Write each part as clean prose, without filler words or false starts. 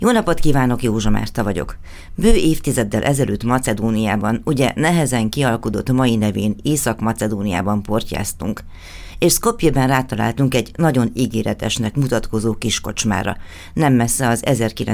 Jó napot kívánok, Józsa Márta vagyok. Bő évtizeddel ezelőtt Macedóniában, ugye nehezen kialkudott mai nevén Észak-Macedóniában portyáztunk, és Skopjében rátaláltunk egy nagyon ígéretesnek mutatkozó kiskocsmára, nem messze az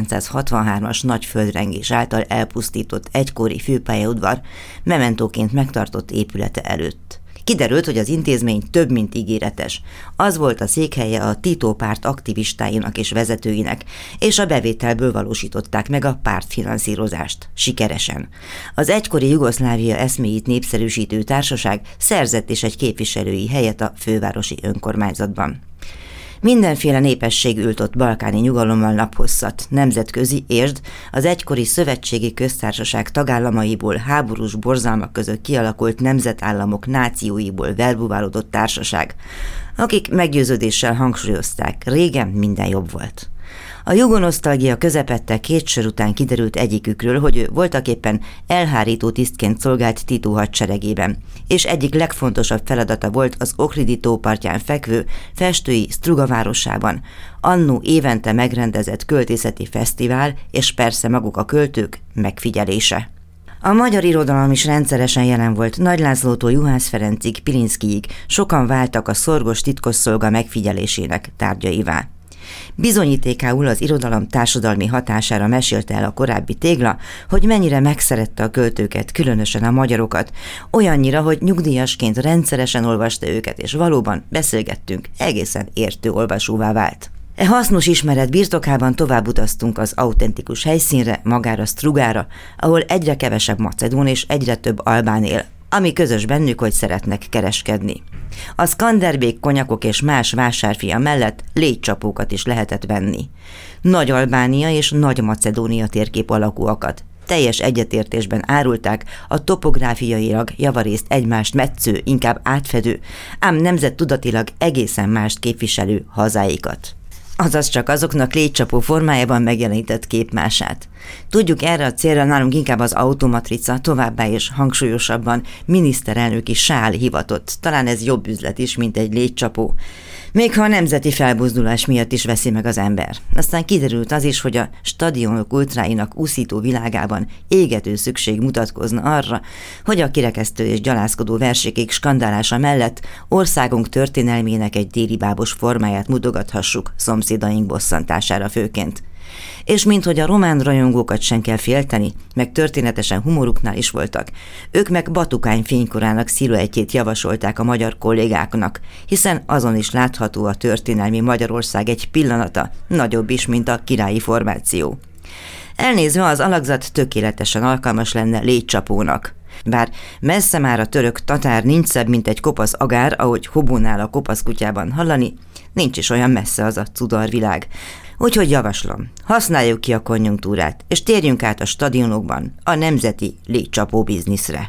1963-as nagy földrengés által elpusztított egykori főpályaudvar mementóként megtartott épülete előtt. Kiderült, hogy az intézmény több, mint ígéretes. Az volt a székhelye a Tito párt aktivistáinak és vezetőinek, és a bevételből valósították meg a pártfinanszírozást. Sikeresen. Az egykori Jugoszlávia eszméit népszerűsítő társaság szerzett is egy képviselői helyet a fővárosi önkormányzatban. Mindenféle népesség ült ott balkáni nyugalommal naphosszat, nemzetközi, értsd, az egykori szövetségi köztársaság tagállamaiból háborús borzalmak között kialakult nemzetállamok nációiból verbuválódott társaság, akik meggyőződéssel hangsúlyozták, régen minden jobb volt. A jugonosztalgia közepette 2 sor után kiderült egyikükről, hogy ő voltaképpen elhárító tisztként szolgált Tito hadseregében, és egyik legfontosabb feladata volt az Ohridi tó partján fekvő festői Struga városában, annó évente megrendezett költészeti fesztivál, és persze maguk a költők megfigyelése. A magyar irodalom is rendszeresen jelen volt, Nagy Lászlótól Juhász Ferencig, Pilinszkijig, sokan váltak a szorgos titkosszolga megfigyelésének tárgyaivá. Bizonyítékául az irodalom társadalmi hatására mesélte el a korábbi Tégla, hogy mennyire megszerette a költőket, különösen a magyarokat, olyannyira, hogy nyugdíjasként rendszeresen olvasta őket, és valóban beszélgettünk, egészen értő olvasóvá vált. E hasznos ismeret birtokában tovább utaztunk az autentikus helyszínre, magára Strugára, ahol egyre kevesebb macedón és egyre több albán él, ami közös bennük, hogy szeretnek kereskedni. A Skanderbék, konyakok és más vásárfia mellett légycsapókat is lehetett venni. Nagy Albánia és Nagy Macedónia térkép alakúakat. Teljes egyetértésben árulták a topográfiailag javarészt egymást metsző, inkább átfedő, ám nemzettudatilag egészen mást képviselő hazáikat. Azaz csak azoknak légycsapó formájában megjelenített képmását. Tudjuk, erre a célra nálunk inkább az automatrica, továbbá és hangsúlyosabban miniszterelnöki sál hivatott. Talán ez jobb üzlet is, mint egy légycsapó. Még ha a nemzeti felbuzdulás miatt is veszi meg az ember. Aztán kiderült az is, hogy a stadionok ultráinak úszító világában égető szükség mutatkozna arra, hogy a kirekesztő és gyalázkodó versékék skandálása mellett országunk történelmének egy déli bábos formáját mutogathassuk szomszédaink bosszantására főként. És minthogy a román rajongókat sem kell félteni, meg történetesen humoruknál is voltak, ők meg Batukány fénykorának sziluettjét javasolták a magyar kollégáknak, hiszen azon is látható a történelmi Magyarország egy pillanata, nagyobb is, mint a királyi formáció. Elnézve az alakzat tökéletesen alkalmas lenne légycsapónak. Bár messze már a török tatár nincs szebb, mint egy kopasz agár, ahogy Hobónál a kopasz kutyában hallani, nincs is olyan messze az a cudarvilág. Úgyhogy javaslom, használjuk ki a konjunktúrát, és térjünk át a stadionokban a nemzeti légycsapó bizniszre.